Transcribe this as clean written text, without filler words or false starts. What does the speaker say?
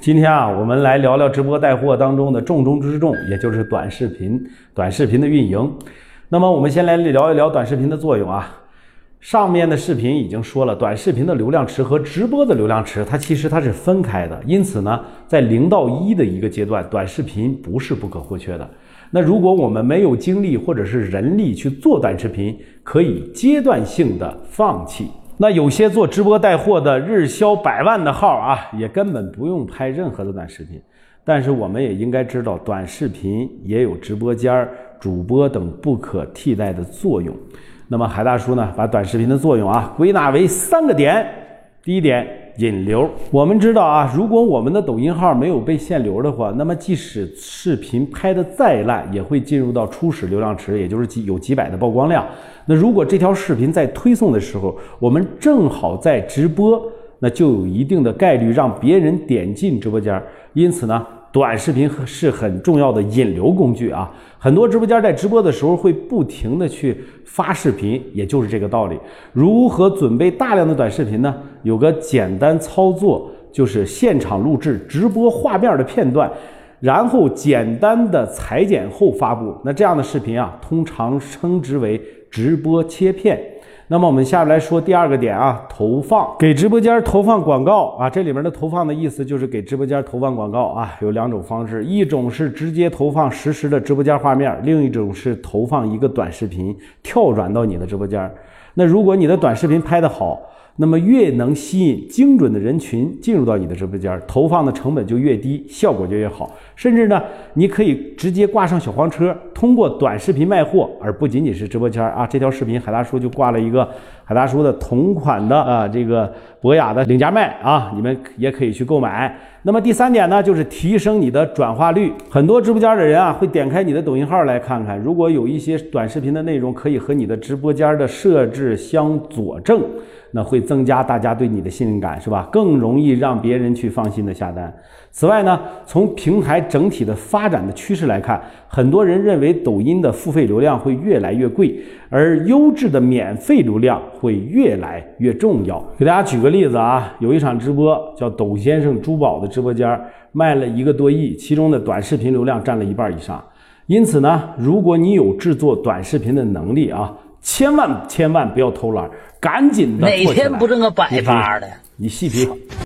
今天啊，我们来聊聊直播带货当中的重中之重，也就是短视频的运营。那么我们先来聊一聊短视频的作用啊。上面的视频已经说了，短视频的流量池和直播的流量池，它其实是分开的。因此呢，在0到1的一个阶段，短视频不是不可或缺的。那如果我们没有精力或者是人力去做短视频，可以阶段性的放弃。那有些做直播带货的日销100万的号啊，也根本不用拍任何的短视频。但是我们也应该知道，短视频也有直播间、主播等不可替代的作用。那么海大叔呢，把短视频的作用啊归纳为3个点。第一点，引流。我们知道啊，如果我们的抖音号没有被限流的话，那么即使视频拍得再烂，也会进入到初始流量池，也就是有几百的曝光量。那如果这条视频在推送的时候，我们正好在直播，那就有一定的概率让别人点进直播间。因此呢，短视频是很重要的引流工具啊。很多直播间在直播的时候会不停的去发视频，也就是这个道理。如何准备大量的短视频呢？有个简单操作，就是现场录制直播画面的片段，然后简单的裁剪后发布。那这样的视频啊，通常称之为直播切片。那么我们下面来说第2个点啊，投放。给直播间投放广告啊，这里面的投放的意思就是给直播间投放广告啊，有2种方式，一种是直接投放实时的直播间画面，另一种是投放一个短视频跳转到你的直播间。那如果你的短视频拍得好，那么越能吸引精准的人群进入到你的直播间，投放的成本就越低，效果就越好。甚至呢，你可以直接挂上小黄车，通过短视频卖货，而不仅仅是直播间啊。这条视频海大叔就挂了一个海大叔的同款的这个博雅的领夹麦啊，你们也可以去购买。那么第3点呢，就是提升你的转化率。很多直播间的人啊，会点开你的抖音号来看看，如果有一些短视频的内容可以和你的直播间的设置相佐证，那会增加大家对你的信任感，是吧？更容易让别人去放心的下单。此外呢，从平台整体的发展的趋势来看，很多人认为抖音的付费流量会越来越贵，而优质的免费流量会越来越重要。给大家举个例子啊，有一场直播叫抖先生珠宝的直播间，卖了1个多亿，其中的短视频流量占了1半以上。因此呢，如果你有制作短视频的能力啊，千万不要偷懒，赶紧的做起来。 哪天不挣个100发的？ 你细品。